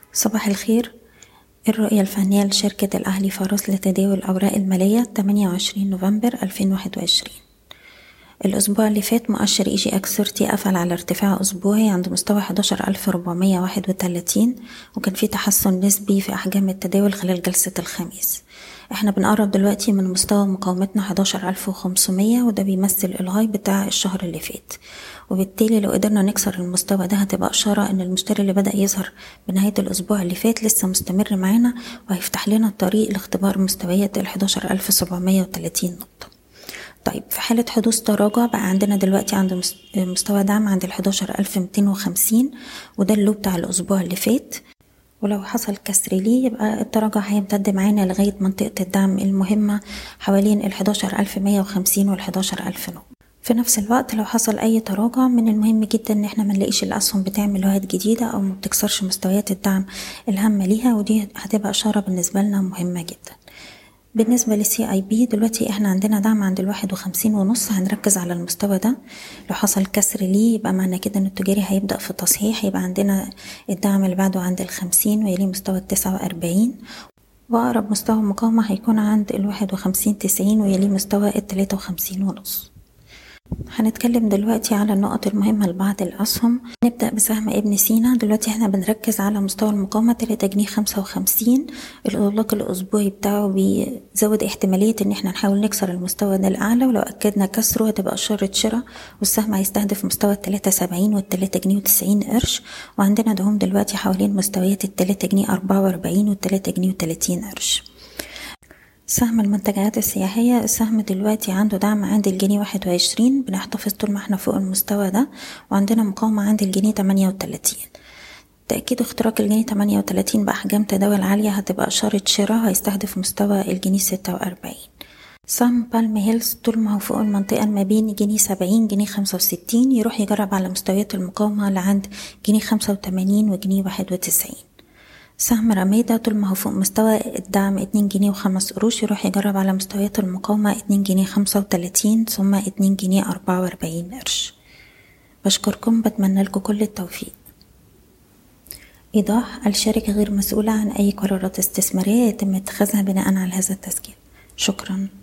صباح الخير. الرؤية الفنية لشركة الأهلي فارس لتداول الأوراق المالية 28 نوفمبر 2021. الأسبوع اللي فات مؤشر EGX30 قفل على ارتفاع أسبوعي عند مستوى 11431، وكان في تحسن نسبي في أحجام التداول خلال جلسة الخميس. احنا بنقرب دلوقتي من مستوى مقاومتنا 11500، وده بيمثل الهاي بتاع الشهر اللي فات، وبالتالي لو قدرنا نكسر المستوى ده هتبقى إشارة ان المشتري اللي بدأ يظهر بنهاية الأسبوع اللي فات لسه مستمر معانا، وهيفتح لنا الطريق لاختبار مستويات 11730 نقطة. طيب في حالة حدوث تراجع بقى عندنا دلوقتي عند مستوى دعم عند 11250، وده اللو بتاع الأسبوع اللي فات، ولو حصل كسر ليه يبقى التراجع هيمتد معانا لغاية منطقة الدعم المهمة حوالين 11150 وال 11000 نقطة. في نفس الوقت لو حصل أي تراجع من المهم جدا إن احنا منلاقيش الأسهم بتعمل لوهات جديدة أو مبتكسرش مستويات الدعم الهامة ليها، ودي هتبقى إشارة بالنسبة لنا مهمة جدا. بالنسبة للسي اي بي دلوقتي احنا عندنا دعم عند 51.5، هنركز على المستوى ده. لو حصل كسر ليه يبقى معنى كده ان التجاري هيبدأ في تصحيح، يبقى عندنا الدعم اللي بعده عند 50 ويليه مستوى 49، وأقرب مستوى مقاومة هيكون عند 51.90 ويليه مستوى 53.5. هنتكلم دلوقتي على النقط المهمة لبعض الأسهم. نبدأ بسهم ابن سينا. دلوقتي احنا بنركز على مستوى المقاومة 3.55 جنيه. الإغلاق الأسبوعي بتاعه بيزود احتمالية ان احنا نحاول نكسر المستوى ده الأعلى، ولو أكدنا كسره هتبقى إشارة شراء، والسهم هيستهدف مستوى 3.70 وال3.90 جنيه. وعندنا دهم دلوقتي حوالين مستويات 3.44 وال3.30 جنيه. سهم المنتجعات السياحية، السهم دلوقتي عنده دعم عند الجنيه 21، بنحتفظ طول ما احنا فوق المستوى ده، وعندنا مقاومة عند الجنيه 38. تأكيد اختراق الجنيه 38 بأحجام تداول عالية هتبقى إشارة شراء، هيستهدف مستوى الجنيه 46. سهم بالم هيلز طول ما هو فوق المنطقة ما بين جنيه 70 جنيه 65 يروح يجرب على مستويات المقاومة اللي عند جنيه 85 وجنيه 91. سهم رميدة طول ما هو فوق مستوى الدعم 2 جنيه و5 قروش يروح يجرب على مستويات المقاومة 2 جنيه 35 ثم 2 جنيه 44 قرش. بشكركم، بتمنى لكم كل التوفيق. إيضاح: الشركة غير مسؤولة عن أي قرارات استثمارية يتم اتخاذها بناء على هذا التسجيل. شكرا.